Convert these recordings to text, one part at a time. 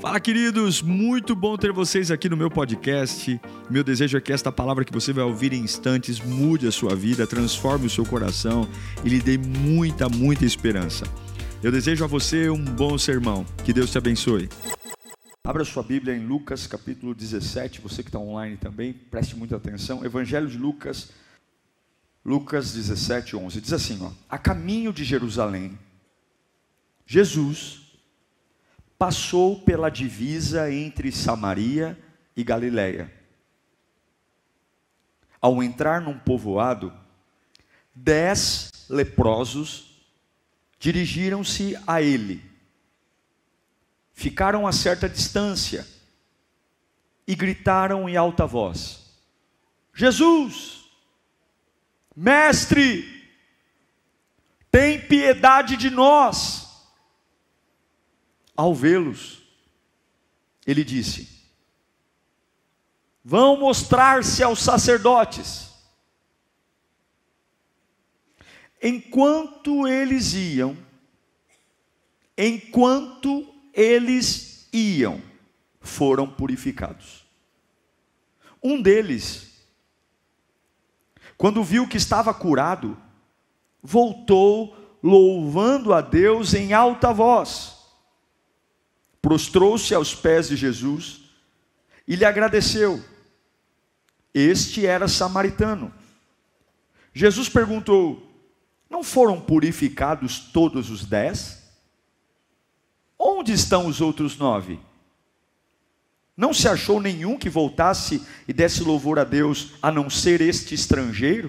Fala, queridos, muito bom ter vocês aqui no meu podcast. Meu desejo é que esta palavra que você vai ouvir em instantes mude a sua vida, transforme o seu coração e lhe dê muita esperança. Eu desejo a você um bom sermão. Que Deus te abençoe. Abra sua Bíblia em Lucas capítulo 17, você que está online também, preste muita atenção. Evangelho de Lucas, Lucas 17, 11, diz assim, a caminho de Jerusalém, Jesus passou pela divisa entre Samaria e Galiléia. Ao entrar num povoado, 10 leprosos dirigiram-se a ele. Ficaram a certa distância e gritaram em alta voz: Jesus, Mestre, tem piedade de nós. Ao vê-los, ele disse: vão mostrar-se aos sacerdotes. Enquanto eles iam, foram purificados. Um deles, quando viu que estava curado, voltou louvando a Deus em alta voz. Prostrou-se aos pés de Jesus e lhe agradeceu. Este era samaritano. Jesus perguntou: não foram purificados todos os 10? Onde estão os outros 9? Não se achou nenhum que voltasse e desse louvor a Deus, a não ser este estrangeiro?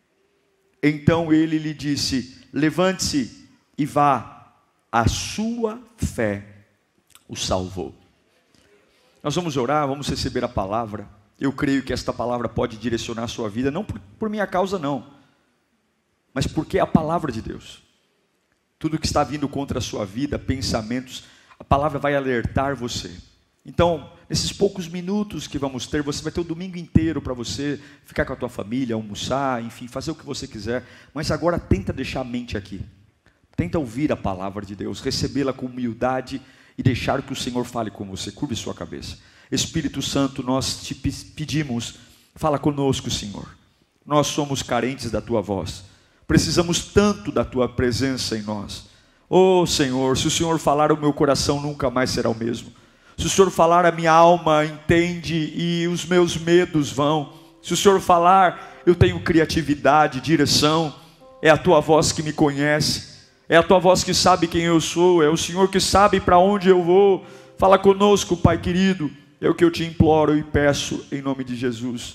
Então ele lhe disse: levante-se e vá, a sua fé o salvou. Nós vamos orar, vamos receber a palavra. Eu creio que esta palavra pode direcionar a sua vida, não por minha causa não, mas porque é a palavra de Deus. Tudo que está vindo contra a sua vida, pensamentos, a palavra vai alertar você. Então, nesses poucos minutos que vamos ter, você vai ter o domingo inteiro para você ficar com a tua família, almoçar, enfim, fazer o que você quiser, mas agora tenta deixar a mente aqui. Tenta ouvir a palavra de Deus, recebê-la com humildade e deixar que o Senhor fale com você. Curve sua cabeça. Espírito Santo, nós te pedimos, fala conosco, Senhor. Nós somos carentes da tua voz, precisamos tanto da tua presença em nós. Oh Senhor, se o Senhor falar, o meu coração nunca mais será o mesmo. Se o Senhor falar, a minha alma entende e os meus medos vão. Se o Senhor falar, eu tenho criatividade, direção. É a tua voz que me conhece, é a tua voz que sabe quem eu sou, é o Senhor que sabe para onde eu vou. Fala conosco, Pai querido, é o que eu te imploro e peço em nome de Jesus.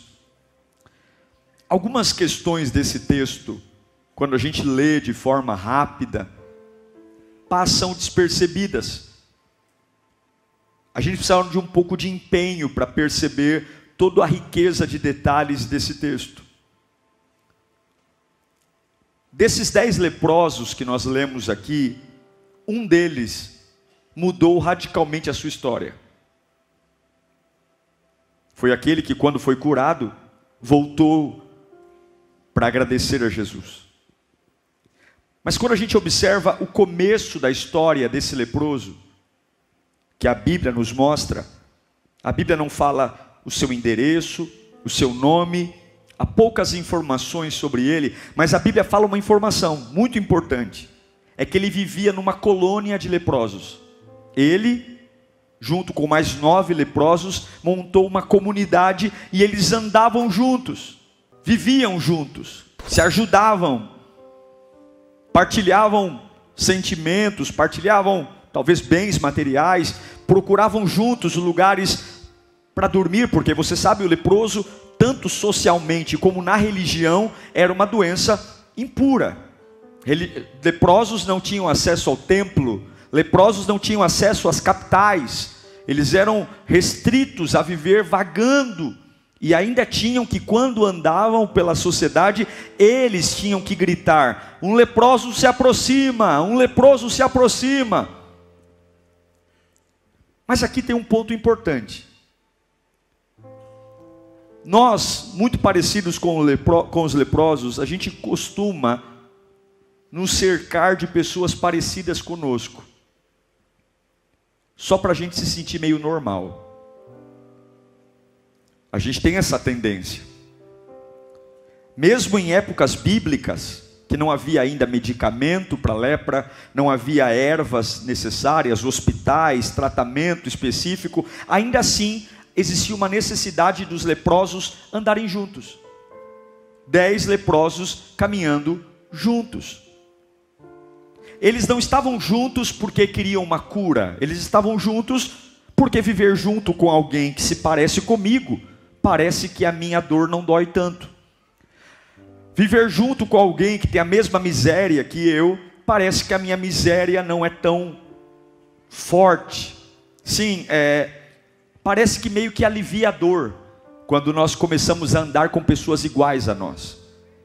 Algumas questões desse texto, quando a gente lê de forma rápida, passam despercebidas. A gente precisa de um pouco de empenho para perceber toda a riqueza de detalhes desse texto. Desses 10 leprosos que nós lemos aqui, um deles mudou radicalmente a sua história. Foi aquele que, quando foi curado, voltou para agradecer a Jesus. Mas quando a gente observa o começo da história desse leproso, que a Bíblia nos mostra, a Bíblia não fala o seu endereço, o seu nome, há poucas informações sobre ele, mas a Bíblia fala uma informação muito importante, é que ele vivia numa colônia de leprosos. Ele, junto com mais 9 leprosos, montou uma comunidade e eles andavam juntos, viviam juntos, se ajudavam, partilhavam sentimentos, partilhavam talvez bens materiais, procuravam juntos lugares para dormir, porque você sabe, o leproso, tanto socialmente como na religião, era uma doença impura. Leprosos não tinham acesso ao templo, leprosos não tinham acesso às capitais, eles eram restritos a viver vagando, e ainda tinham que, quando andavam pela sociedade, eles tinham que gritar: um leproso se aproxima, um leproso se aproxima. Mas aqui tem um ponto importante. Nós, muito parecidos com os leprosos, a gente costuma nos cercar de pessoas parecidas conosco. só para a gente se sentir meio normal. A gente tem essa tendência. Mesmo em épocas bíblicas, que não havia ainda medicamento para lepra, não havia ervas necessárias, hospitais, tratamento específico, ainda assim existia uma necessidade dos leprosos andarem juntos. 10 leprosos caminhando juntos. Eles não estavam juntos porque queriam uma cura, eles estavam juntos porque viver junto com alguém que se parece comigo, parece que a minha dor não dói tanto. Viver junto com alguém que tem a mesma miséria que eu, parece que a minha miséria não é tão forte. Sim, parece que meio que alivia a dor, quando nós começamos a andar com pessoas iguais a nós.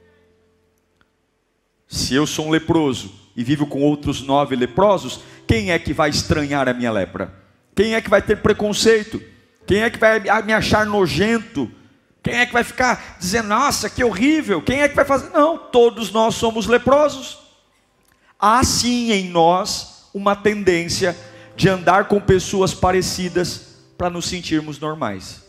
Se eu sou um leproso e vivo com outros 9 leprosos, quem é que vai estranhar a minha lepra? Quem é que vai ter preconceito? Quem é que vai me achar nojento? Quem é que vai ficar dizendo, nossa, que horrível? Quem é que vai fazer? Não, todos nós somos leprosos. Há sim em nós uma tendência de andar com pessoas parecidas para nos sentirmos normais.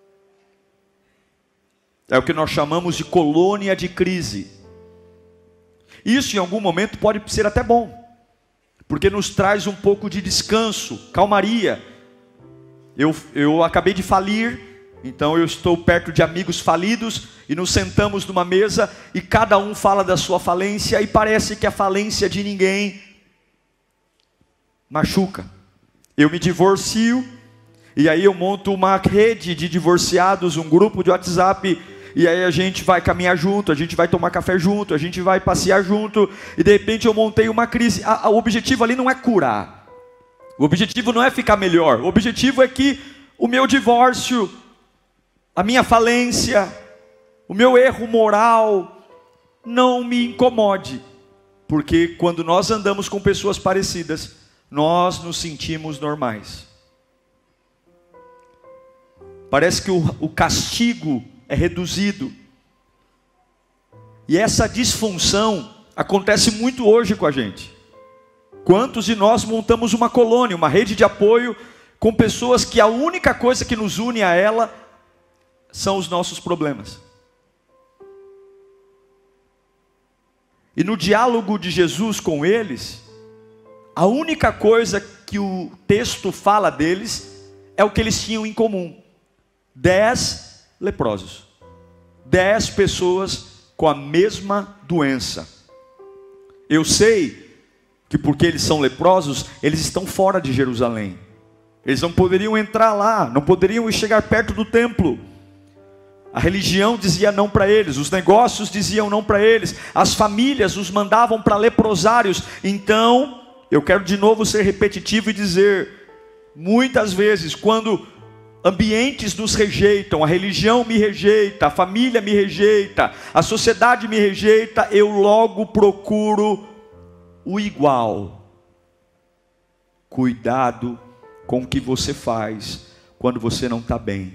É o que nós chamamos de colônia de crise. Isso em algum momento pode ser até bom, porque nos traz um pouco de descanso, calmaria. Eu acabei de falir, então eu estou perto de amigos falidos, e nos sentamos numa mesa, e cada um fala da sua falência, e parece que a falência de ninguém machuca. Eu me divorcio, e aí eu monto uma rede de divorciados, um grupo de WhatsApp, e aí a gente vai caminhar junto, a gente vai tomar café junto, a gente vai passear junto, e de repente eu montei uma crise. O objetivo ali não é curar, o objetivo não é ficar melhor, o objetivo é que o meu divórcio, a minha falência, o meu erro moral não me incomode, porque quando nós andamos com pessoas parecidas, nós nos sentimos normais. Parece que o castigo é reduzido. E essa disfunção acontece muito hoje com a gente. Quantos de nós montamos uma colônia, uma rede de apoio com pessoas que a única coisa que nos une a ela são os nossos problemas. E no diálogo de Jesus com eles, a única coisa que o texto fala deles é o que eles tinham em comum: 10 leprosos, 10 pessoas com a mesma doença. Eu sei que porque eles são leprosos, eles estão fora de Jerusalém, eles não poderiam entrar lá, não poderiam chegar perto do templo. A religião dizia não para eles, os negócios diziam não para eles, as famílias os mandavam para leprosários. Então, eu quero de novo ser repetitivo e dizer, muitas vezes quando ambientes nos rejeitam, a religião me rejeita, a família me rejeita, a sociedade me rejeita, eu logo procuro o igual. Cuidado com o que você faz quando você não está bem.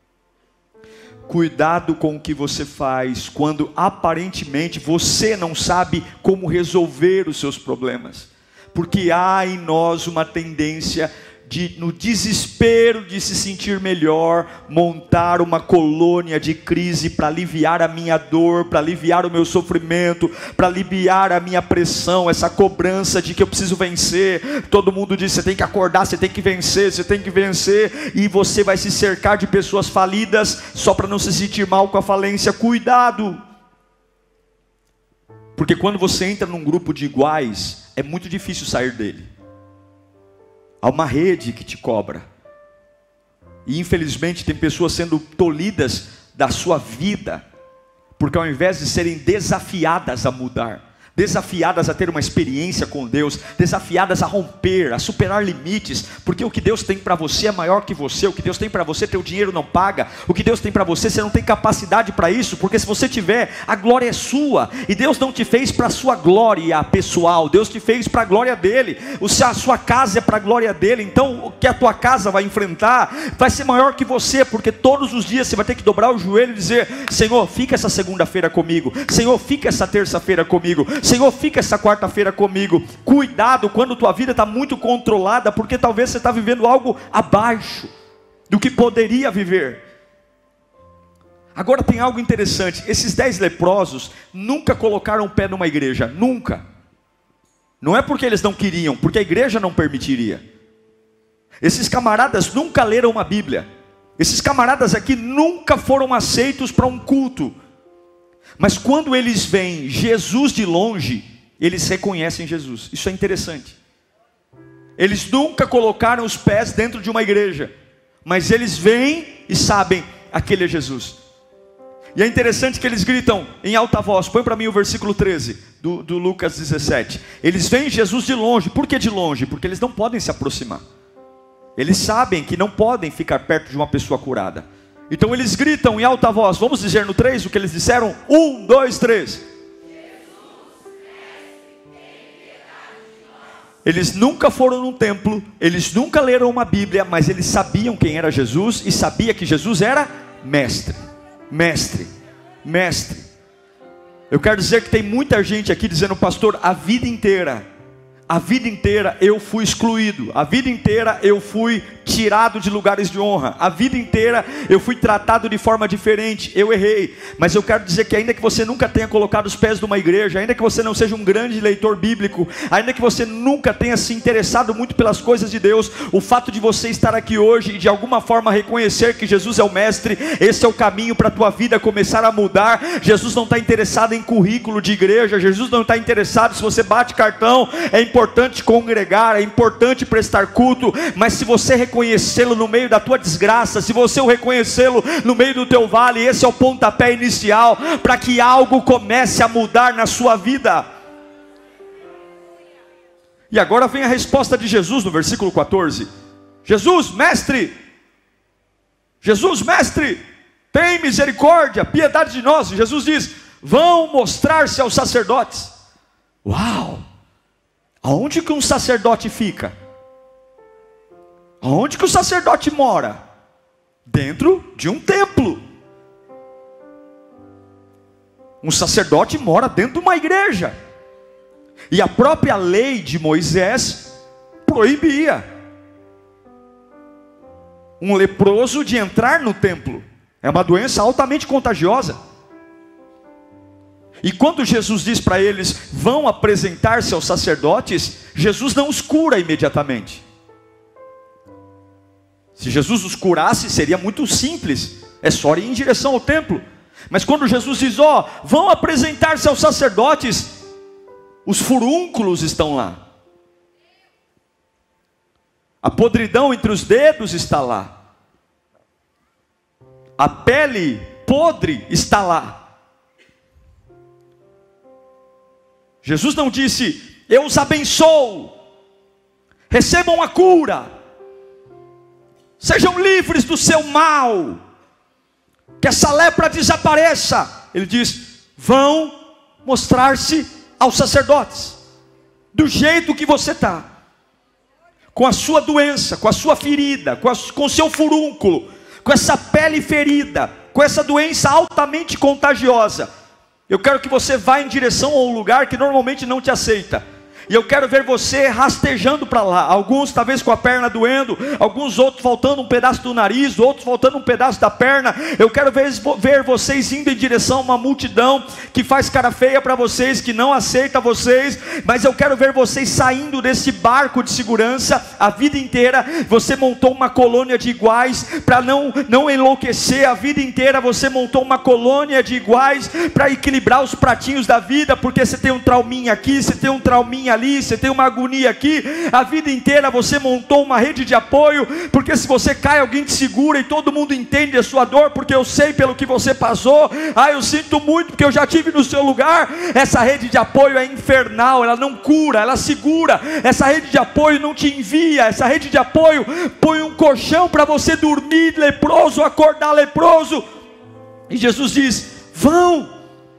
Cuidado com o que você faz quando aparentemente você não sabe como resolver os seus problemas. Porque há em nós uma tendência de, no desespero de se sentir melhor, montar uma colônia de crise para aliviar a minha dor, para aliviar o meu sofrimento, para aliviar a minha pressão, essa cobrança de que eu preciso vencer. Todo mundo diz, você tem que acordar, você tem que vencer, você tem que vencer, e você vai se cercar de pessoas falidas, só para não se sentir mal com a falência. Cuidado! Porque quando você entra num grupo de iguais, é muito difícil sair dele. Há uma rede que te cobra. E infelizmente tem pessoas sendo tolhidas da sua vida, porque ao invés de serem desafiadas a mudar, desafiadas a ter uma experiência com Deus, desafiadas a romper, a superar limites, porque o que Deus tem para você é maior que você. O que Deus tem para você, teu dinheiro não paga. O que Deus tem para você, você não tem capacidade para isso, porque se você tiver, a glória é sua, e Deus não te fez para a sua glória pessoal, Deus te fez para a glória dele. A sua casa é para a glória dele, então o que a tua casa vai enfrentar, vai ser maior que você, porque todos os dias você vai ter que dobrar o joelho e dizer, Senhor, fica essa segunda-feira comigo, Senhor, fica essa terça-feira comigo, Senhor, fica essa quarta-feira comigo. Cuidado quando tua vida está muito controlada, porque talvez você está vivendo algo abaixo do que poderia viver. Agora tem algo interessante, esses 10 leprosos nunca colocaram o pé numa igreja, nunca. Não é porque eles não queriam, porque a igreja não permitiria. Esses camaradas nunca leram uma Bíblia. Esses camaradas aqui nunca foram aceitos para um culto. Mas quando eles veem Jesus de longe, eles reconhecem Jesus. Isso é interessante. Eles nunca colocaram os pés dentro de uma igreja, mas eles veem e sabem, aquele é Jesus. E é interessante que eles gritam em alta voz. Põe para mim o versículo 13 do Lucas 17. Eles veem Jesus de longe. Por que de longe? Porque eles não podem se aproximar. Eles sabem que não podem ficar perto de uma pessoa curada. Então eles gritam em alta voz. Vamos dizer no 3 o que eles disseram? 1, 2, 3. Eles nunca foram num templo, eles nunca leram uma Bíblia, mas eles sabiam quem era Jesus e sabia que Jesus era mestre. Mestre, mestre. Eu quero dizer que tem muita gente aqui dizendo, pastor, a vida inteira eu fui excluído, a vida inteira eu fui tirado de lugares de honra, a vida inteira eu fui tratado de forma diferente, eu errei. Mas eu quero dizer que ainda que você nunca tenha colocado os pés numa igreja, ainda que você não seja um grande leitor bíblico, ainda que você nunca tenha se interessado muito pelas coisas de Deus, o fato de você estar aqui hoje e de alguma forma reconhecer que Jesus é o mestre, esse é o caminho para a tua vida começar a mudar. Jesus não está interessado em currículo de igreja, Jesus não está interessado se você bate cartão. É importante congregar, é importante prestar culto, mas se você reconhecê-lo no meio da tua desgraça, se você o reconhecê-lo no meio do teu vale, esse é o pontapé inicial para que algo comece a mudar na sua vida. E agora vem a resposta de Jesus no versículo 14. Jesus, mestre, tem misericórdia, piedade de nós. Jesus diz, vão mostrar-se aos sacerdotes. Uau! Aonde que um sacerdote fica? Aonde que o sacerdote mora? Dentro de um templo. Um sacerdote mora dentro de uma igreja. E a própria lei de Moisés proibia um leproso de entrar no templo. É uma doença altamente contagiosa. E quando Jesus diz para eles, vão apresentar-se aos sacerdotes, Jesus não os cura imediatamente. Se Jesus os curasse, seria muito simples, é só ir em direção ao templo. Mas quando Jesus diz, vão apresentar-se aos sacerdotes, os furúnculos estão lá. A podridão entre os dedos está lá. A pele podre está lá. Jesus não disse, eu os abençoo, recebam a cura, sejam livres do seu mal, que essa lepra desapareça. Ele diz, vão mostrar-se aos sacerdotes, do jeito que você está, com a sua doença, com a sua ferida, com o seu furúnculo, com essa pele ferida, com essa doença altamente contagiosa. Eu quero que você vá em direção a um lugar que normalmente não te aceita. E eu quero ver você rastejando para lá. Alguns talvez com a perna doendo, alguns outros faltando um pedaço do nariz, outros faltando um pedaço da perna. Eu quero ver vocês indo em direção a uma multidão que faz cara feia para vocês, que não aceita vocês. Mas eu quero ver vocês saindo desse barco de segurança. A vida inteira você montou uma colônia de iguais para não enlouquecer. A vida inteira você montou uma colônia de iguais para equilibrar os pratinhos da vida, porque você tem um trauminha aqui, você tem um trauminha ali, você tem uma agonia aqui. A vida inteira você montou uma rede de apoio, porque se você cai, alguém te segura e todo mundo entende a sua dor, porque eu sei pelo que você passou. Eu sinto muito porque eu já estive no seu lugar. Essa rede de apoio é infernal, ela não cura, ela segura. Essa rede de apoio não te envia, essa rede de apoio põe um colchão para você dormir leproso, acordar leproso. E Jesus diz, vão.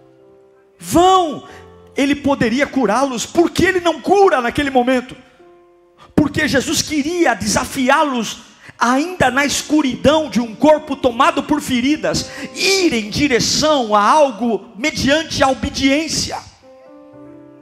Ele poderia curá-los. Por que ele não cura naquele momento? Porque Jesus queria desafiá-los, ainda na escuridão de um corpo tomado por feridas, ir em direção a algo mediante a obediência.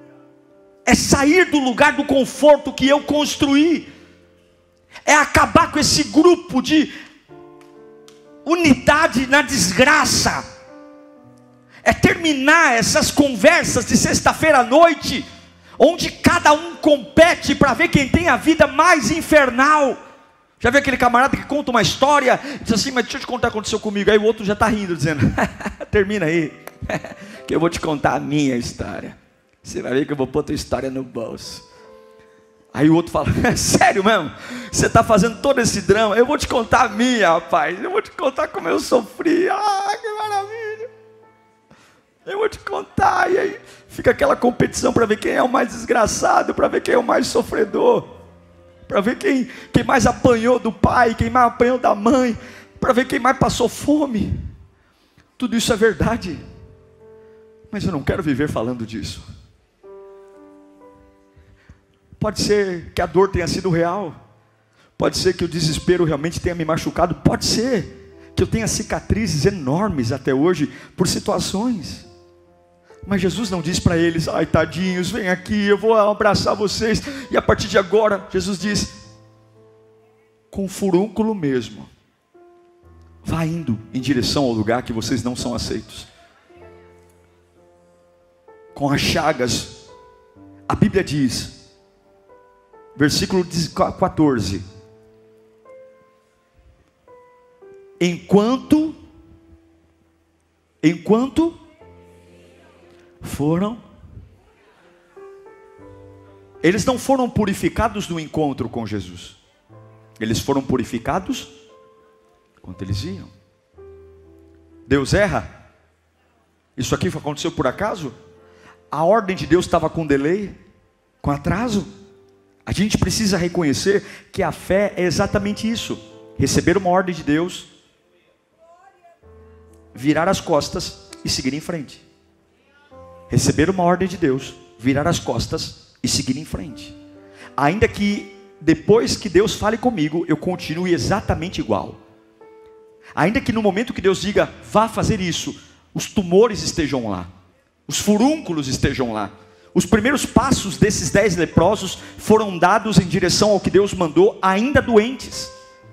é sair do lugar do conforto que eu construí, é acabar com esse grupo de unidade na desgraça, é terminar essas conversas de sexta-feira à noite, onde cada um compete para ver quem tem a vida mais infernal. Já viu aquele camarada que conta uma história e diz assim, mas deixa eu te contar o que aconteceu comigo. Aí o outro já está rindo, dizendo, termina aí, que eu vou te contar a minha história. Você vai ver que eu vou pôr tua história no bolso. Aí o outro fala, é sério mesmo? Você está fazendo todo esse drama? Eu vou te contar a minha, rapaz. Eu vou te contar como eu sofri. Ah, que maravilha. Eu vou te contar. E aí fica aquela competição para ver quem é o mais desgraçado, para ver quem é o mais sofredor, para ver quem mais apanhou do pai, quem mais apanhou da mãe, para ver quem mais passou fome. Tudo isso é verdade, mas eu não quero viver falando disso. Pode ser que a dor tenha sido real, pode ser que o desespero realmente tenha me machucado, pode ser que eu tenha cicatrizes enormes até hoje por situações, mas Jesus não diz para eles, ai tadinhos, vem aqui, eu vou abraçar vocês, e a partir de agora, Jesus diz, com furúnculo mesmo, vá indo em direção ao lugar que vocês não são aceitos, com as chagas. A Bíblia diz, versículo 14, enquanto foram, eles não foram purificados no encontro com Jesus, eles foram purificados enquanto eles iam. Deus erra? Isso aqui aconteceu por acaso? A ordem de Deus estava com delay, com atraso? A gente precisa reconhecer que a fé é exatamente isso: receber uma ordem de Deus, virar as costas e seguir em frente. Receber uma ordem de Deus, virar as costas e seguir em frente. Ainda que depois que Deus fale comigo, eu continue exatamente igual. Ainda que no momento que Deus diga, vá fazer isso, os tumores estejam lá, os furúnculos estejam lá. Os primeiros passos desses 10 leprosos foram dados em direção ao que Deus mandou, ainda doentes,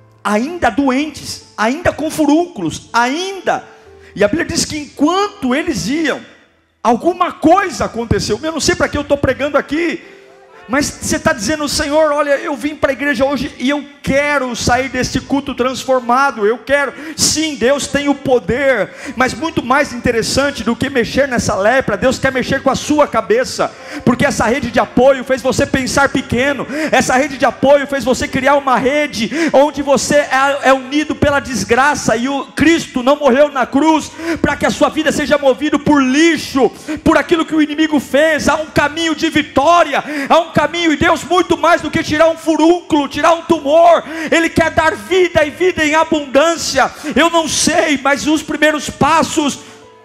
ainda com furúnculos, ainda. E a Bíblia diz que enquanto eles iam, alguma coisa aconteceu. Eu não sei para que eu estou pregando aqui, mas você está dizendo, Senhor, olha, eu vim para a igreja hoje e eu quero sair desse culto transformado, eu quero. Sim, Deus tem o poder, mas muito mais interessante do que mexer nessa lepra, Deus quer mexer com a sua cabeça, porque essa rede de apoio fez você pensar pequeno, essa rede de apoio fez você criar uma rede, onde você é unido pela desgraça, e o Cristo não morreu na cruz, para que a sua vida seja movida por lixo, por aquilo que o inimigo fez. Há um caminho de vitória, há um caminho, e Deus muito mais do que tirar um furúnculo, tirar um tumor, Ele quer dar vida e vida em abundância. Eu não sei, mas os primeiros passos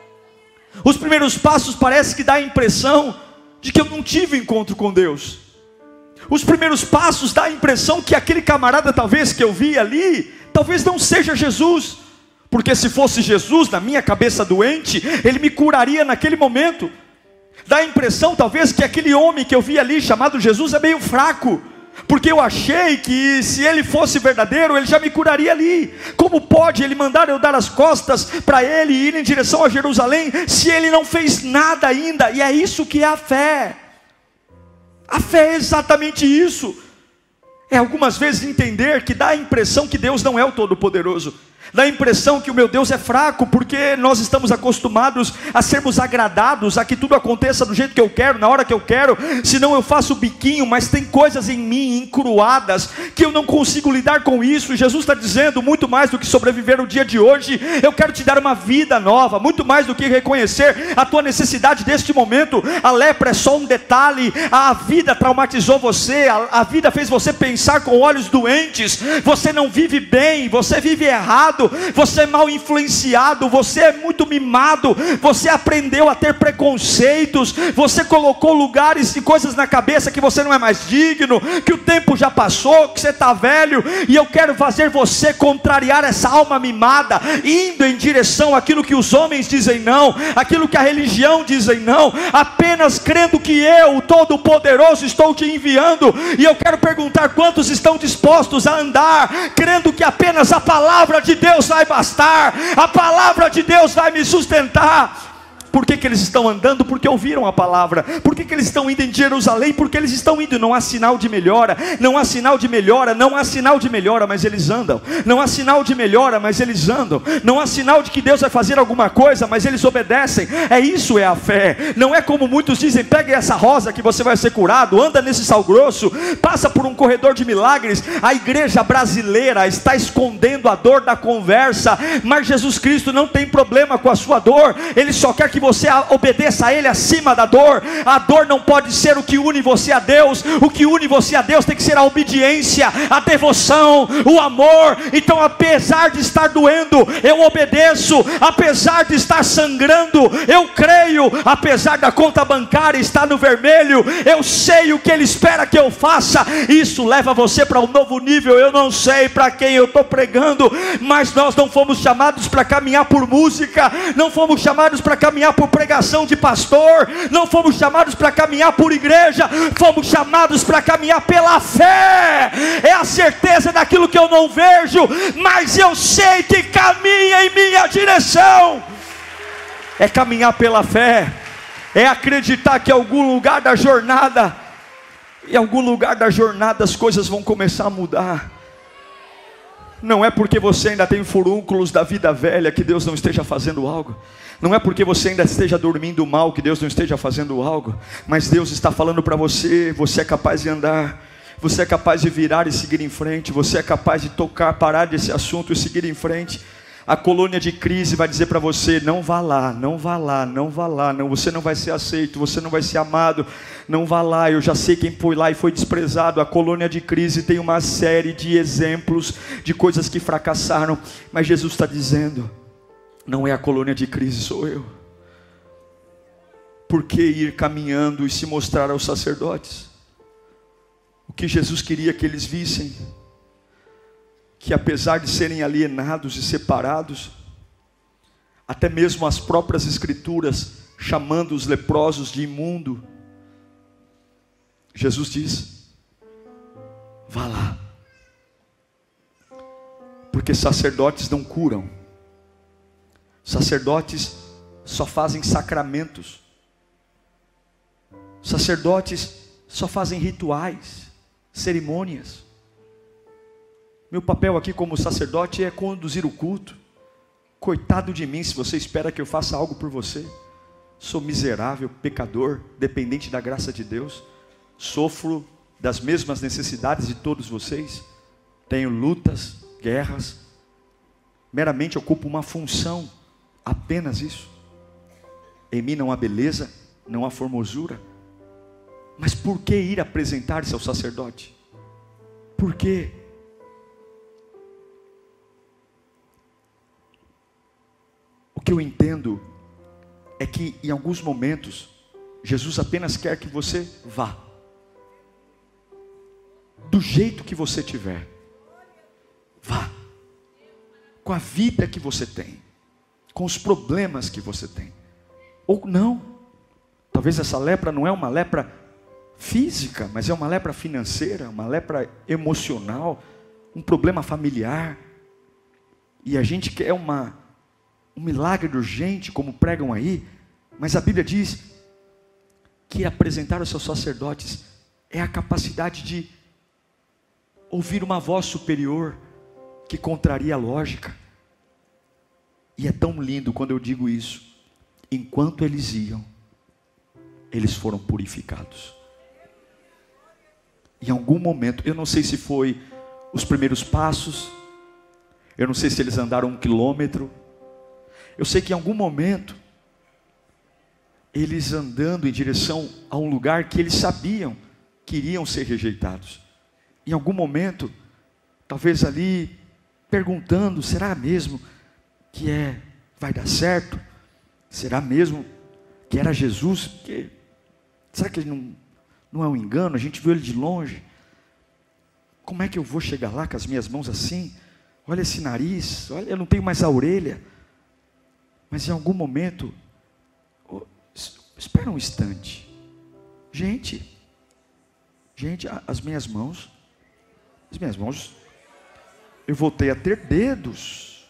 parece que dá a impressão de que eu não tive encontro com Deus. Os primeiros passos dá a impressão que aquele camarada talvez que eu vi ali, talvez não seja Jesus, porque se fosse Jesus na minha cabeça doente, Ele me curaria naquele momento. Dá a impressão talvez que aquele homem que eu vi ali chamado Jesus é meio fraco, porque eu achei que se ele fosse verdadeiro, ele já me curaria ali. Como pode ele mandar eu dar as costas para ele e ir em direção a Jerusalém, se ele não fez nada ainda? E é isso que é a fé. A fé é exatamente isso. É algumas vezes entender que dá a impressão que Deus não é o Todo-Poderoso, dá a impressão que o meu Deus é fraco, porque nós estamos acostumados a sermos agradados, a que tudo aconteça do jeito que eu quero, na hora que eu quero, senão eu faço o biquinho. Mas tem coisas em mim encruadas, que eu não consigo lidar com isso. Jesus está dizendo, muito mais do que sobreviver o dia de hoje, eu quero te dar uma vida nova, muito mais do que reconhecer a tua necessidade deste momento. A lepra é só um detalhe, a vida traumatizou você, a vida fez você pensar com olhos doentes, você não vive bem, você vive errado, errado, você é mal influenciado, você é muito mimado, você aprendeu a ter preconceitos, você colocou lugares e coisas na cabeça que você não é mais digno, que o tempo já passou, que você está velho, e eu quero fazer você contrariar essa alma mimada, indo em direção àquilo que os homens dizem não, aquilo que a religião dizem não, apenas crendo que eu, o Todo-Poderoso, estou te enviando. E eu quero perguntar: quantos estão dispostos a andar crendo que apenas a palavra de Deus vai bastar, a palavra de Deus vai me sustentar? Por que eles estão andando? Porque ouviram a palavra. Por que eles estão indo em Jerusalém? Porque eles estão indo. Não há sinal de melhora, não há sinal de melhora, não há sinal de melhora, mas eles andam. Não há sinal de melhora, mas eles andam. Não há sinal de que Deus vai fazer alguma coisa, mas eles obedecem. Isso é a fé. Não é como muitos dizem: pegue essa rosa que você vai ser curado, anda nesse sal grosso, passa por um corredor de milagres. A igreja brasileira está escondendo a dor da conversa, mas Jesus Cristo não tem problema com a sua dor. Ele só quer que você obedeça a Ele acima da dor. A dor não pode ser o que une você a Deus. O que une você a Deus tem que ser a obediência, a devoção, o amor. Então, apesar de estar doendo, eu obedeço. Apesar de estar sangrando, eu creio. Apesar da conta bancária estar no vermelho, eu sei o que Ele espera que eu faça. Isso leva você para um novo nível. Eu não sei para quem eu estou pregando, mas nós não fomos chamados para caminhar por música, não fomos chamados para caminhar por pregação de pastor, não fomos chamados para caminhar por igreja, fomos chamados para caminhar pela fé. É a certeza daquilo que eu não vejo, mas eu sei que caminha em minha direção. É caminhar pela fé, é acreditar que em algum lugar da jornada, as coisas vão começar a mudar. Não é porque você ainda tem furúnculos da vida velha que Deus não esteja fazendo algo. Não é porque você ainda esteja dormindo mal que Deus não esteja fazendo algo. Mas Deus está falando para você: você é capaz de andar, você é capaz de virar e seguir em frente, você é capaz de tocar, parar desse assunto e seguir em frente. A colônia de crise vai dizer para você: não vá lá, não vá lá, não vá lá, não, você não vai ser aceito, você não vai ser amado, não vá lá, eu já sei quem foi lá e foi desprezado. A colônia de crise tem uma série de exemplos de coisas que fracassaram, mas Jesus está dizendo: não é a colônia de crise, sou eu. Por que ir caminhando e se mostrar aos sacerdotes? O que Jesus queria que eles vissem, que apesar de serem alienados e separados, até mesmo as próprias escrituras chamando os leprosos de imundo, Jesus diz: vá lá, porque sacerdotes não curam, sacerdotes só fazem sacramentos, sacerdotes só fazem rituais, cerimônias. Meu papel aqui como sacerdote é conduzir o culto. Coitado de mim se você espera que eu faça algo por você. Sou miserável, pecador, dependente da graça de Deus. Sofro das mesmas necessidades de todos vocês. Tenho lutas, guerras. Meramente ocupo uma função, apenas isso. Em mim não há beleza, não há formosura. Mas por que ir apresentar-se ao sacerdote? Por quê? O que eu entendo é que em alguns momentos Jesus apenas quer que você vá, do jeito que você tiver. Vá, com a vida que você tem, com os problemas que você tem, ou não. Talvez essa lepra não é uma lepra física, mas é uma lepra financeira, uma lepra emocional, um problema familiar, e a gente quer um milagre urgente, como pregam aí, mas a Bíblia diz que apresentar aos seus sacerdotes é a capacidade de ouvir uma voz superior que contraria a lógica. E é tão lindo quando eu digo isso. Enquanto eles iam, eles foram purificados. Em algum momento, eu não sei se foi os primeiros passos, eu não sei se eles andaram 1 quilômetro, eu sei que em algum momento, eles andando em direção a um lugar que eles sabiam que iriam ser rejeitados. Em algum momento, talvez ali perguntando: será mesmo que vai dar certo? Será mesmo que era Jesus? Será que ele não é um engano? A gente viu ele de longe. Como é que eu vou chegar lá com as minhas mãos assim? Olha esse nariz, olha, eu não tenho mais a orelha. Mas em algum momento, espera um instante. Gente, as minhas mãos, eu voltei a ter dedos.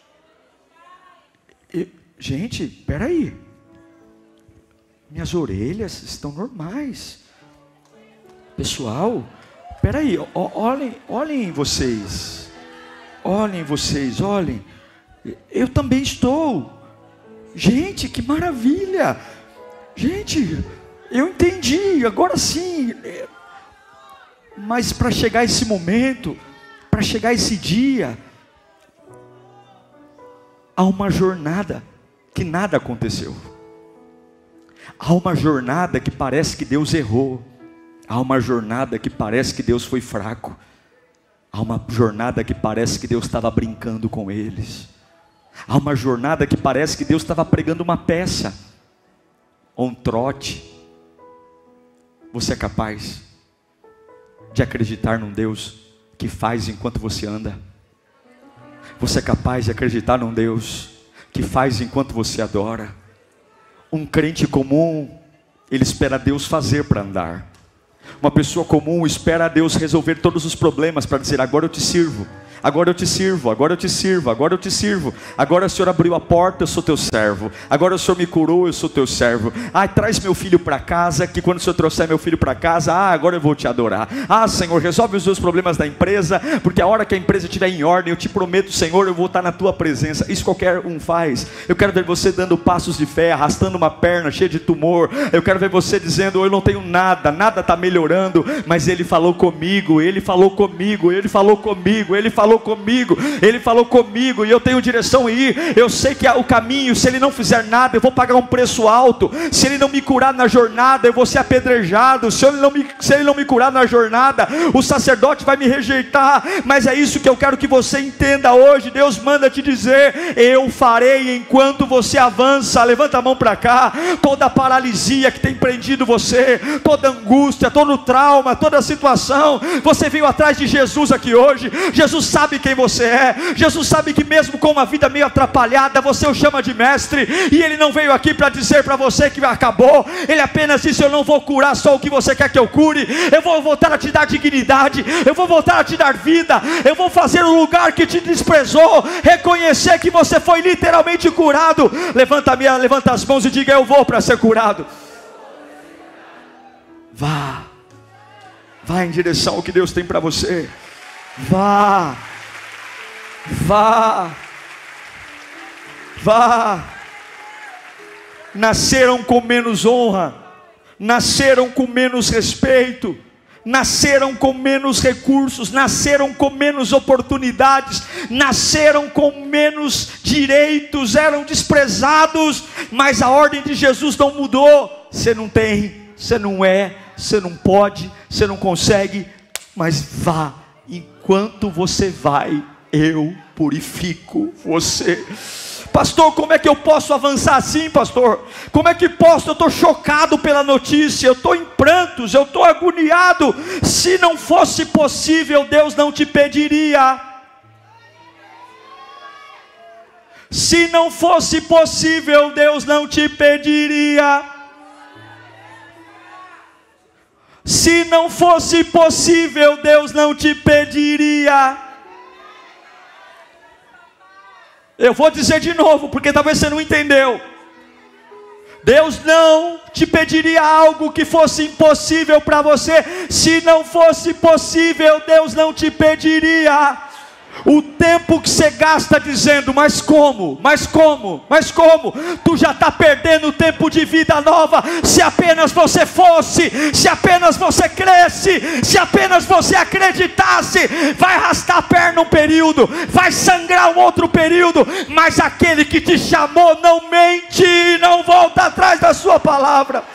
Gente, espera aí. Minhas orelhas estão normais. Pessoal, espera aí, olhem vocês. Olhem. Eu também estou. Gente, que maravilha. Gente, eu entendi, agora sim. Mas para chegar esse momento, para chegar esse dia, há uma jornada que nada aconteceu. Há uma jornada que parece que Deus errou. Há uma jornada que parece que Deus foi fraco. Há uma jornada que parece que Deus estava brincando com eles. Há uma jornada que parece que Deus estava pregando uma peça, ou um trote. Você é capaz de acreditar num Deus que faz enquanto você anda? Você é capaz de acreditar num Deus que faz enquanto você adora? Um crente comum, ele espera Deus fazer para andar. Uma pessoa comum espera Deus resolver todos os problemas para dizer: agora eu te sirvo. Agora eu te sirvo, agora eu te sirvo, agora eu te sirvo. Agora o Senhor abriu a porta, eu sou teu servo. Agora o Senhor me curou, eu sou teu servo. Traz meu filho para casa, que quando o Senhor trouxer meu filho para casa, agora eu vou te adorar. Senhor, resolve os meus problemas da empresa, porque a hora que a empresa estiver em ordem, eu te prometo, Senhor, eu vou estar na tua presença. Isso qualquer um faz. Eu quero ver você dando passos de fé, arrastando uma perna cheia de tumor. Eu quero ver você dizendo: eu não tenho nada, nada está melhorando, mas Ele falou comigo, Ele falou comigo, Ele falou comigo, Ele falou comigo, Ele falou comigo, e eu tenho direção a ir. Eu sei que o caminho, se Ele não fizer nada, eu vou pagar um preço alto. Se Ele não me curar na jornada, eu vou ser apedrejado. Se Ele não me curar na jornada, o sacerdote vai me rejeitar. Mas é isso que eu quero que você entenda hoje. Deus manda te dizer: eu farei enquanto você avança. Levanta a mão para cá. Toda paralisia que tem prendido você, toda angústia, todo trauma, toda situação, você veio atrás de Jesus aqui hoje. Jesus sabe quem você é. Jesus sabe que mesmo com uma vida meio atrapalhada, você o chama de mestre. E Ele não veio aqui para dizer para você que acabou. Ele apenas disse: eu não vou curar só o que você quer que eu cure. Eu vou voltar a te dar dignidade. Eu vou voltar a te dar vida. Eu vou fazer o lugar que te desprezou reconhecer que você foi literalmente curado. Levanta as mãos e diga: eu vou para ser curado. Vá em direção ao que Deus tem para você. Vá. Nasceram com menos honra, nasceram com menos respeito, nasceram com menos recursos, nasceram com menos oportunidades, nasceram com menos direitos, eram desprezados, mas a ordem de Jesus não mudou. Você não tem, você não é, você não pode, você não consegue, mas vá. Enquanto você vai, eu purifico você. Pastor, como é que eu posso avançar assim, pastor? Como é que posso? Eu estou chocado pela notícia, eu estou em prantos, eu estou agoniado. Se não fosse possível, Deus não te pediria. Se não fosse possível, Deus não te pediria. Se não fosse possível, Deus não te pediria. Eu vou dizer de novo, porque talvez você não entendeu. Deus não te pediria algo que fosse impossível para você. Se não fosse possível, Deus não te pediria. O tempo que você gasta dizendo: mas como? Tu já está perdendo tempo de vida nova. Se apenas você fosse, se apenas você cresce, se apenas você acreditasse. Vai arrastar a perna um período, vai sangrar um outro período, mas aquele que te chamou não mente, não volta atrás da sua palavra.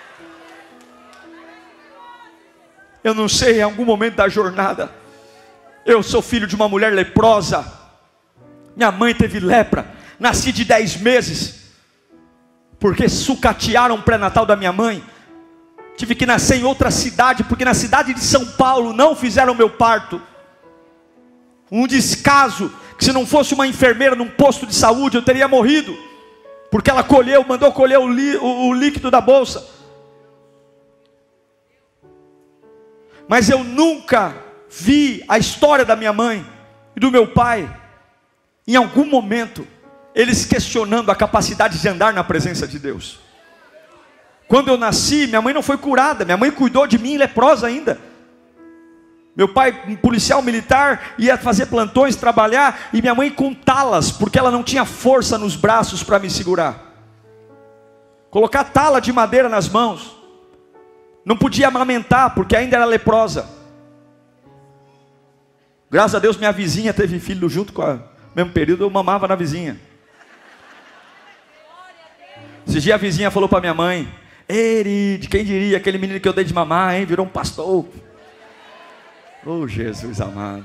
Eu não sei, em algum momento da jornada, Eu sou filho de uma mulher leprosa. Minha mãe teve lepra. Nasci de 10 meses, porque sucatearam o pré-natal da minha mãe. Tive que nascer em outra cidade, porque na cidade de São Paulo não fizeram meu parto. Um descaso, que se não fosse uma enfermeira num posto de saúde, eu teria morrido. Porque ela mandou colher o líquido da bolsa. Mas eu nunca vi a história da minha mãe e do meu pai, em algum momento, eles questionando a capacidade de andar na presença de Deus. Quando eu nasci, minha mãe não foi curada, minha mãe cuidou de mim leprosa ainda. Meu pai, um policial militar, ia fazer plantões, trabalhar, e minha mãe com talas, porque ela não tinha força nos braços para me segurar. Colocar tala de madeira nas mãos. Não podia amamentar, porque ainda era leprosa. Graças a Deus minha vizinha teve filho junto com no mesmo período, eu mamava na vizinha. Esse dia a vizinha falou para minha mãe: Erid, quem diria, aquele menino que eu dei de mamar, hein, virou um pastor. Oh, Jesus amado.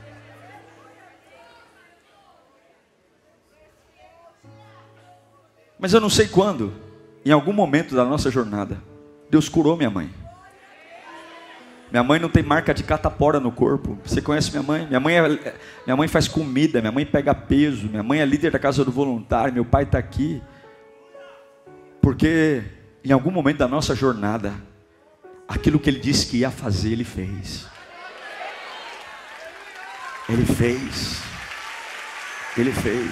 Mas eu não sei quando, em algum momento da nossa jornada, Deus curou minha mãe. Minha mãe não tem marca de catapora no corpo. Você conhece minha mãe? Minha mãe faz comida, minha mãe pega peso, minha mãe é líder da casa do voluntário, meu pai está aqui. Porque em algum momento da nossa jornada, aquilo que ele disse que ia fazer, ele fez. Ele fez. Ele fez.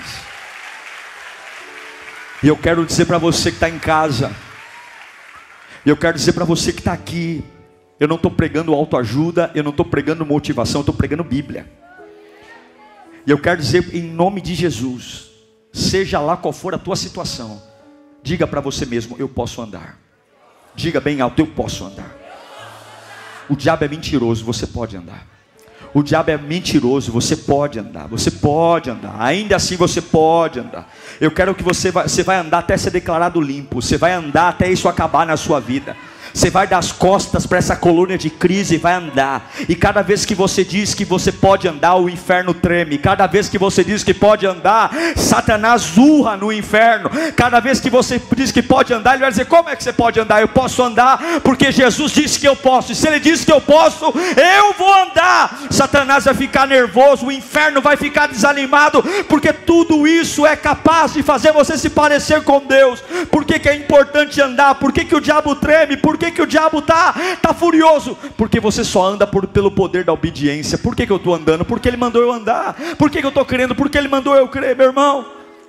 E eu quero dizer para você que está em casa, e eu quero dizer para você que está aqui, eu não estou pregando autoajuda, eu não estou pregando motivação, eu estou pregando Bíblia. E eu quero dizer em nome de Jesus, seja lá qual for a tua situação, diga para você mesmo: eu posso andar. Diga bem alto: eu posso andar. O diabo é mentiroso, você pode andar. O diabo é mentiroso, você pode andar. Você pode andar, ainda assim você pode andar. Eu quero que você vai andar até ser declarado limpo. Você vai andar até isso acabar na sua vida. Você vai dar as costas para essa coluna de crise e vai andar. E cada vez que você diz que você pode andar, o inferno treme. Cada vez que você diz que pode andar, Satanás urra no inferno. Cada vez que você diz que pode andar, ele vai dizer: como é que você pode andar? Eu posso andar porque Jesus disse que eu posso. E se ele disse que eu posso, eu vou andar. Satanás vai ficar nervoso, o inferno vai ficar desanimado, porque tudo isso é capaz de fazer você se parecer com Deus. Por que que é importante andar? Por que que o diabo treme? Por que que o diabo está furioso? Porque você só anda pelo poder da obediência. Por que que eu estou andando? Porque ele mandou eu andar. Por que que eu estou crendo? Porque ele mandou eu crer, meu irmão.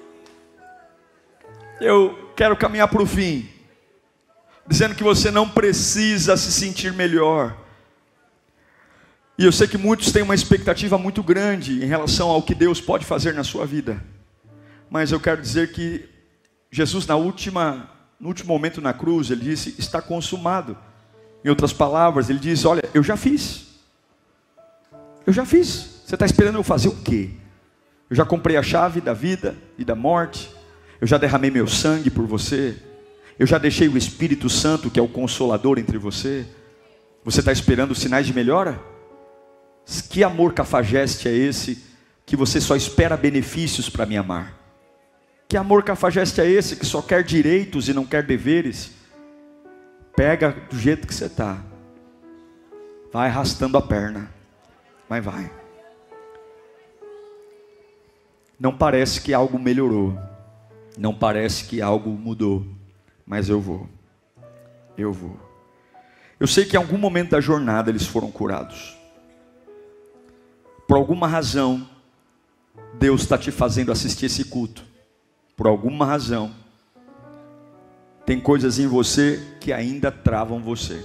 Eu quero caminhar para o fim, dizendo que você não precisa se sentir melhor. E eu sei que muitos têm uma expectativa muito grande em relação ao que Deus pode fazer na sua vida. Mas eu quero dizer que Jesus no último momento na cruz, ele disse: está consumado. Em outras palavras, ele diz: olha, eu já fiz. Eu já fiz. Você está esperando eu fazer o quê? Eu já comprei a chave da vida e da morte. Eu já derramei meu sangue por você. Eu já deixei o Espírito Santo, que é o Consolador, entre você. Você está esperando sinais de melhora? Que amor cafajeste é esse, que você só espera benefícios para me amar? Que amor cafajeste é esse, que só quer direitos e não quer deveres? Pega do jeito que você está, vai arrastando a perna, mas vai. Não parece que algo melhorou, não parece que algo mudou, mas eu vou. Eu sei que em algum momento da jornada eles foram curados. Por alguma razão, Deus está te fazendo assistir esse culto. Por alguma razão, tem coisas em você que ainda travam você.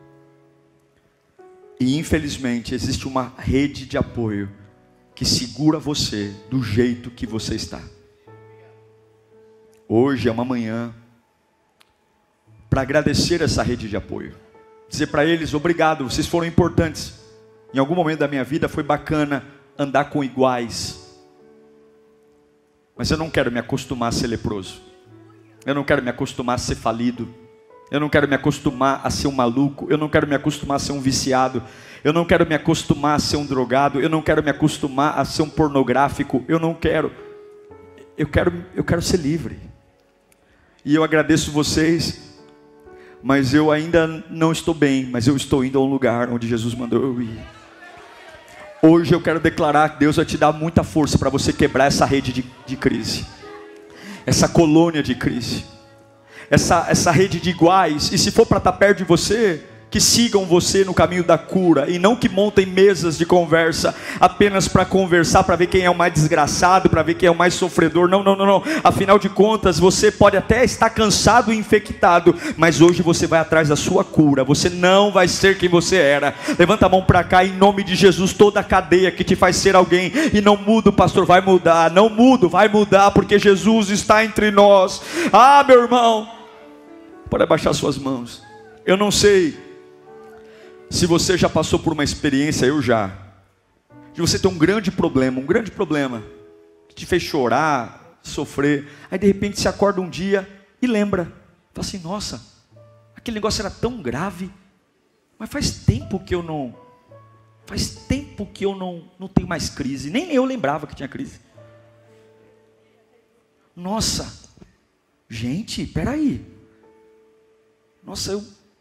E infelizmente existe uma rede de apoio que segura você do jeito que você está. Hoje é uma manhã para agradecer essa rede de apoio. Dizer para eles: obrigado, vocês foram importantes. Em algum momento da minha vida foi bacana andar com iguais. Mas eu não quero me acostumar a ser leproso. Eu não quero me acostumar a ser falido. Eu não quero me acostumar a ser um maluco. Eu não quero me acostumar a ser um viciado. Eu não quero me acostumar a ser um drogado. Eu não quero me acostumar a ser um pornográfico. Eu não quero. Eu quero ser livre. E eu agradeço vocês, mas eu ainda não estou bem, mas eu estou indo a um lugar onde Jesus mandou eu ir. Hoje eu quero declarar que Deus vai te dar muita força para você quebrar essa rede de crise, essa colônia de crise, essa rede de iguais. E se for para estar perto de você, que sigam você no caminho da cura, e não que montem mesas de conversa apenas para conversar, para ver quem é o mais desgraçado, para ver quem é o mais sofredor. Não. Afinal de contas, você pode até estar cansado e infectado, mas hoje você vai atrás da sua cura. Você não vai ser quem você era. Levanta a mão para cá, em nome de Jesus. Toda a cadeia que te faz ser alguém e não muda, pastor, vai mudar. Não muda, vai mudar, porque Jesus está entre nós. Ah, meu irmão, pode abaixar suas mãos. Eu não sei se você já passou por uma experiência, eu já, de você ter um grande problema, que te fez chorar, sofrer. Aí de repente você acorda um dia e lembra, fala assim: nossa, aquele negócio era tão grave, mas faz tempo que eu não tenho mais crise. Nem eu lembrava que tinha crise. Nossa, gente, peraí, nossa,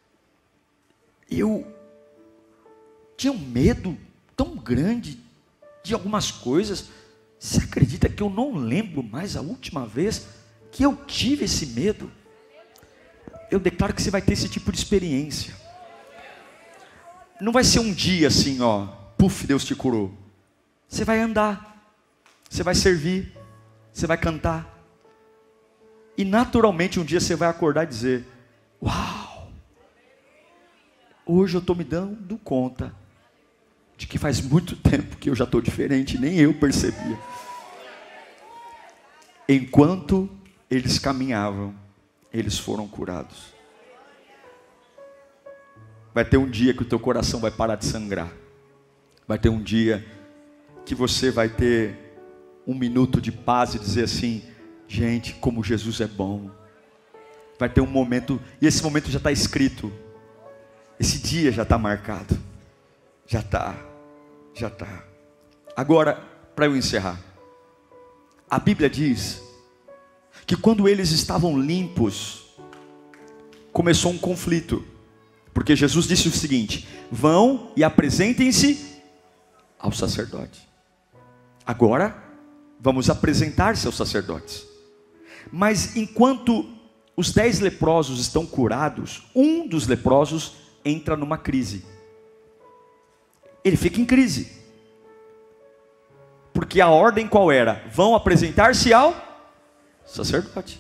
eu tinha um medo tão grande de algumas coisas. Você acredita que eu não lembro mais a última vez que eu tive esse medo? Eu declaro que você vai ter esse tipo de experiência. Não vai ser um dia assim, ó, puf, Deus te curou. Você vai andar, você vai servir, você vai cantar, e naturalmente um dia você vai acordar e dizer: uau, hoje eu estou me dando conta de que faz muito tempo que eu já estou diferente, nem eu percebia. Enquanto eles caminhavam, eles foram curados. Vai ter um dia que o teu coração vai parar de sangrar. Vai ter um dia que você vai ter um minuto de paz e dizer assim: gente, como Jesus é bom. Vai ter um momento, e esse momento já está escrito. Esse dia já está marcado. Já está. Agora, para eu encerrar, a Bíblia diz que quando eles estavam limpos, começou um conflito. Porque Jesus disse o seguinte: vão e apresentem-se ao sacerdote. Agora, vamos apresentar-se aos sacerdotes. Mas enquanto os 10 leprosos estão curados, um dos leprosos entra numa crise. Ele fica em crise. Porque a ordem qual era? Vão apresentar-se ao sacerdote.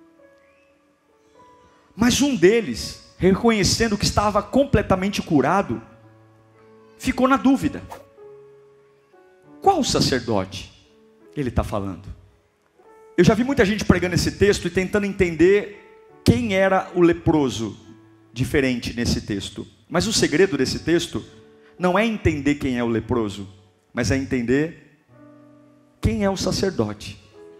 Mas um deles, reconhecendo que estava completamente curado, ficou na dúvida. Qual sacerdote ele está falando? Eu já vi muita gente pregando esse texto e tentando entender quem era o leproso diferente nesse texto. Mas o segredo desse texto não é entender quem é o leproso, mas é entender quem é o sacerdote.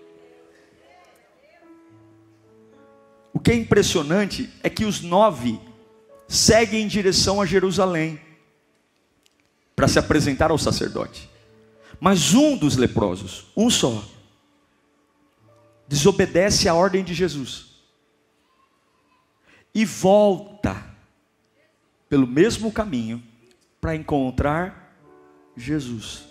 O que é impressionante é que os 9 seguem em direção a Jerusalém para se apresentar ao sacerdote. Mas um dos leprosos, um só, desobedece à ordem de Jesus e volta pelo mesmo caminho para encontrar Jesus.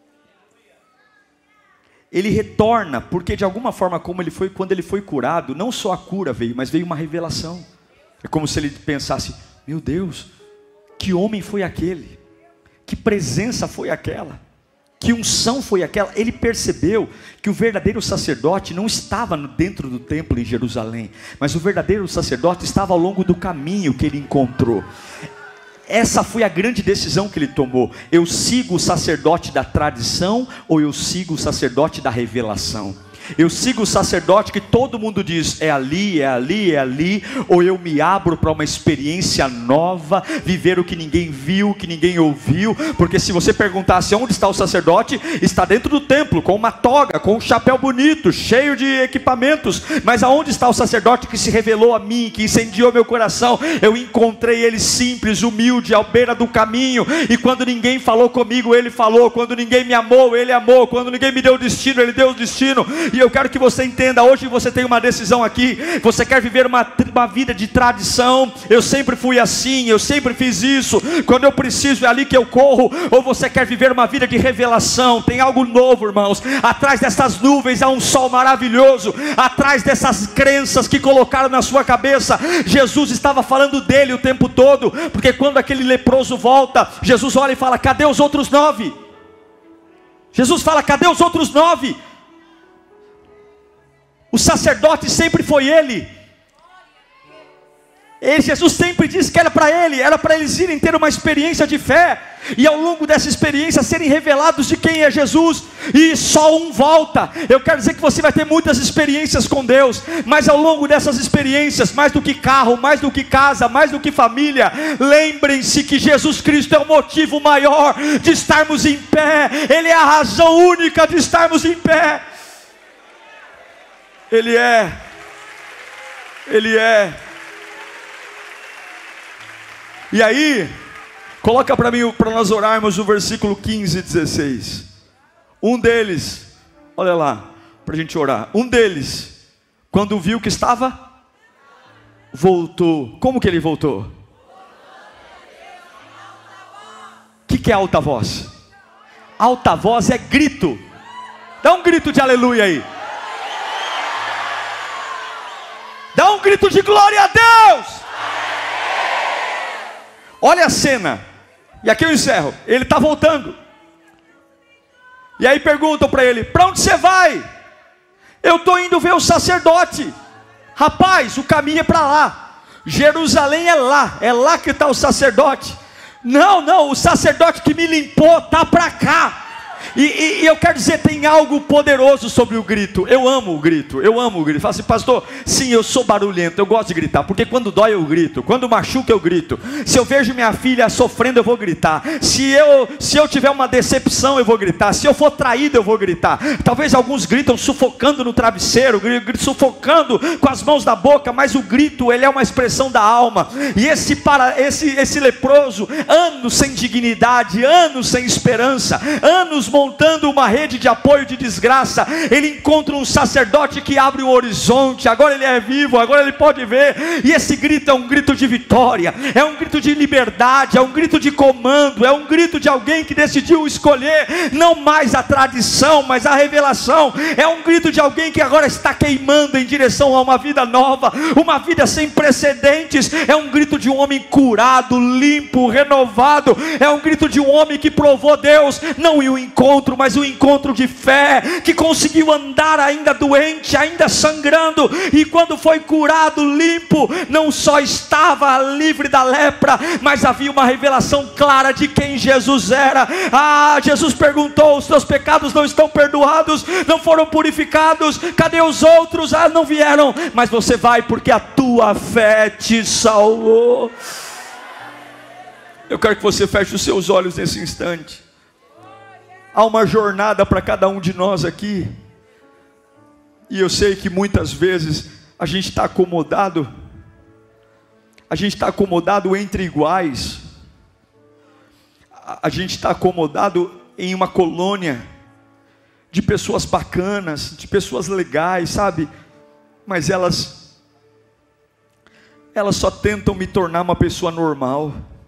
Ele retorna, porque de alguma forma, quando ele foi curado, não só a cura veio, mas veio uma revelação. É como se ele pensasse: meu Deus, que homem foi aquele? Que presença foi aquela? Que unção foi aquela? Ele percebeu que o verdadeiro sacerdote não estava dentro do templo em Jerusalém, mas o verdadeiro sacerdote estava ao longo do caminho que ele encontrou. Essa foi a grande decisão que ele tomou: eu sigo o sacerdote da tradição ou eu sigo o sacerdote da revelação? Eu sigo o sacerdote que todo mundo diz, é ali, é ali, é ali, ou eu me abro para uma experiência nova, viver o que ninguém viu, o que ninguém ouviu. Porque se você perguntasse onde está o sacerdote, está dentro do templo, com uma toga, com um chapéu bonito, cheio de equipamentos. Mas aonde está o sacerdote que se revelou a mim, que incendiou meu coração? Eu encontrei ele simples, humilde, à beira do caminho, e quando ninguém falou comigo, ele falou. Quando ninguém me amou, ele amou. Quando ninguém me deu o destino, ele deu o destino. E eu quero que você entenda, hoje você tem uma decisão aqui. Você quer viver uma vida de tradição? Eu sempre fui assim, eu sempre fiz isso, quando eu preciso é ali que eu corro. Ou você quer viver uma vida de revelação? Tem algo novo, irmãos. Atrás dessas nuvens há um sol maravilhoso. Atrás dessas crenças que colocaram na sua cabeça, Jesus estava falando dele o tempo todo. Porque quando aquele leproso volta, Jesus olha e fala, cadê os outros 9? Jesus fala, cadê os outros 9? O sacerdote sempre foi ele. Jesus sempre disse que era para eles irem ter uma experiência de fé, e ao longo dessa experiência serem revelados de quem é Jesus, e só um volta. Eu quero dizer que você vai ter muitas experiências com Deus, mas ao longo dessas experiências, mais do que carro, mais do que casa, mais do que família, lembrem-se que Jesus Cristo é o motivo maior de estarmos em pé. Ele é a razão única de estarmos em pé. Ele é. E aí, coloca para mim, para nós orarmos o versículo 15 e 16. Um deles, olha lá, para a gente orar. Um deles, quando viu que estava, voltou. Como que ele voltou? O que é alta voz? Alta voz é grito. Dá um grito de aleluia aí. Dá um grito de glória a Deus. Olha a cena. E aqui eu encerro. Ele está voltando. E aí perguntam para ele, para onde você vai? Eu estou indo ver o sacerdote. Rapaz, o caminho é para lá. Jerusalém é lá que está o sacerdote. Não, o sacerdote que me limpou está para cá. E eu quero dizer, tem algo poderoso sobre o grito. Eu amo o grito. Fala assim, pastor, sim, eu sou barulhento, eu gosto de gritar, porque quando dói eu grito, quando machuca eu grito. Se eu vejo minha filha sofrendo eu vou gritar. Se eu tiver uma decepção eu vou gritar. Se eu for traído eu vou gritar. Talvez alguns gritam sufocando no travesseiro, sufocando com as mãos na boca, mas o grito, ele é uma expressão da alma. E esse leproso, anos sem dignidade, anos sem esperança, anos montando uma rede de apoio de desgraça, ele encontra um sacerdote que abre o horizonte. Agora ele é vivo, agora ele pode ver. E esse grito é um grito de vitória, é um grito de liberdade, é um grito de comando, é um grito de alguém que decidiu escolher não mais a tradição, mas a revelação. É um grito de alguém que agora está queimando em direção a uma vida nova, uma vida sem precedentes. É um grito de um homem curado, limpo, renovado. É um grito de um homem que provou Deus, não em um encontro, mas um encontro de fé, que conseguiu andar ainda doente, ainda sangrando, e quando foi curado, limpo, não só estava livre da lepra, mas havia uma revelação clara de quem Jesus era. Jesus perguntou, os teus pecados não estão perdoados, não foram purificados, cadê os outros? Não vieram, mas você vai porque a tua fé te salvou. Eu quero que você feche os seus olhos nesse instante. Há uma jornada para cada um de nós aqui, e eu sei que muitas vezes a gente está acomodado entre iguais, a gente está acomodado em uma colônia de pessoas bacanas, de pessoas legais, sabe? Mas elas só tentam me tornar uma pessoa normal,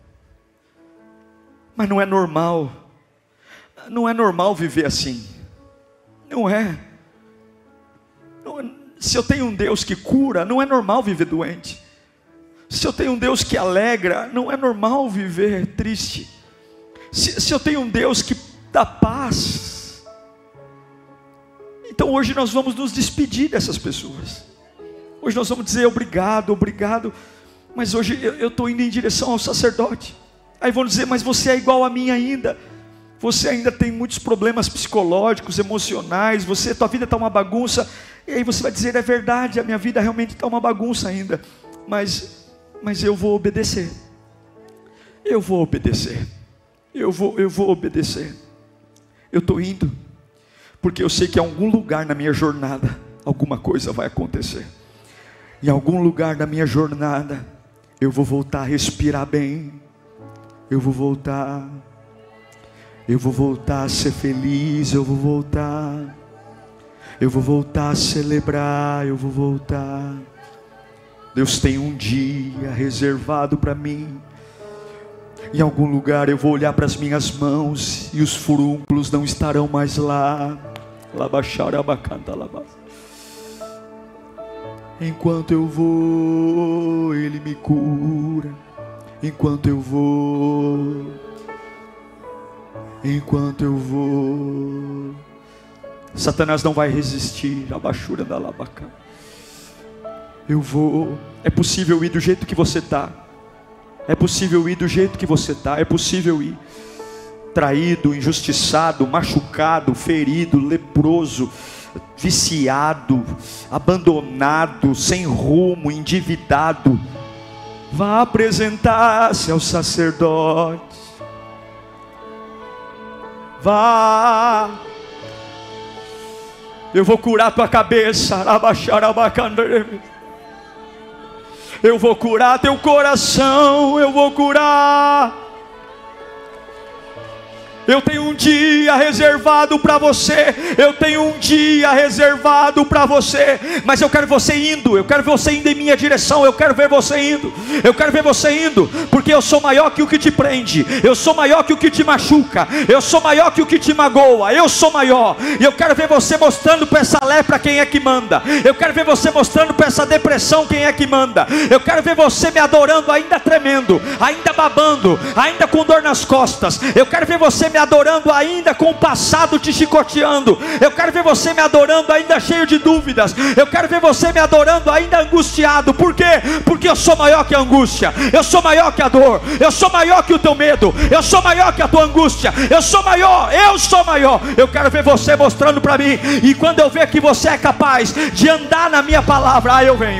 mas não é normal. Não é normal viver assim. Não é. Se eu tenho um Deus que cura, não é normal viver doente. Se eu tenho um Deus que alegra, não é normal viver triste. Se eu tenho um Deus que dá paz, então hoje nós vamos nos despedir dessas pessoas. Hoje nós vamos dizer obrigado, mas hoje eu estou indo em direção ao sacerdote. Aí vão dizer, mas você é igual a mim ainda. Você ainda tem muitos problemas psicológicos, emocionais, tua vida está uma bagunça, e aí você vai dizer, é verdade, a minha vida realmente está uma bagunça ainda, mas eu vou obedecer, eu vou obedecer, eu vou obedecer, eu estou indo, porque eu sei que em algum lugar na minha jornada, alguma coisa vai acontecer, em algum lugar da minha jornada, eu vou voltar a respirar bem, eu vou voltar a ser feliz, eu vou voltar a celebrar, eu vou voltar. Deus tem um dia reservado para mim. Em algum lugar eu vou olhar para as minhas mãos e os furúnculos não estarão mais lá. Enquanto eu vou, Ele me cura. Enquanto eu vou, Satanás não vai resistir. Abachura da labaca. Eu vou. É possível ir do jeito que você está. É possível ir do jeito que você está. É possível ir traído, injustiçado, machucado, ferido, leproso, viciado, abandonado, sem rumo, endividado. Vá apresentar-se ao sacerdote. Vá. Eu vou curar tua cabeça. Eu vou curar teu coração. Eu vou curar. Eu tenho um dia reservado para você. Eu tenho um dia reservado para você. Mas eu quero você indo. Eu quero ver você indo em minha direção. Eu quero ver você indo. Eu quero ver você indo. Porque eu sou maior que o que te prende. Eu sou maior que o que te machuca. Eu sou maior que o que te magoa. Eu sou maior. E eu quero ver você mostrando para essa lepra quem é que manda. Eu quero ver você mostrando para essa depressão quem é que manda. Eu quero ver você me adorando ainda tremendo, ainda babando, ainda com dor nas costas. Eu quero ver você me adorando ainda com o passado te chicoteando. Eu quero ver você me adorando ainda cheio de dúvidas. Eu quero ver você me adorando ainda angustiado. Por quê? Porque eu sou maior que a angústia. Eu sou maior que a dor. Eu sou maior que o teu medo. Eu sou maior que a tua angústia. Eu sou maior. Eu sou maior. Eu quero ver você mostrando para mim. E quando eu ver que você é capaz de andar na minha palavra, eu venho.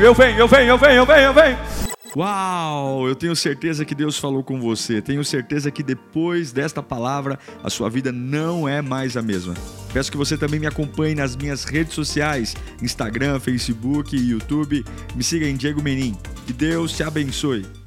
Uau, eu tenho certeza que Deus falou com você. Tenho certeza que depois desta palavra a sua vida não é mais a mesma. Peço que você também me acompanhe nas minhas redes sociais, Instagram, Facebook e YouTube. Me siga em Diego Menin. Que Deus te abençoe.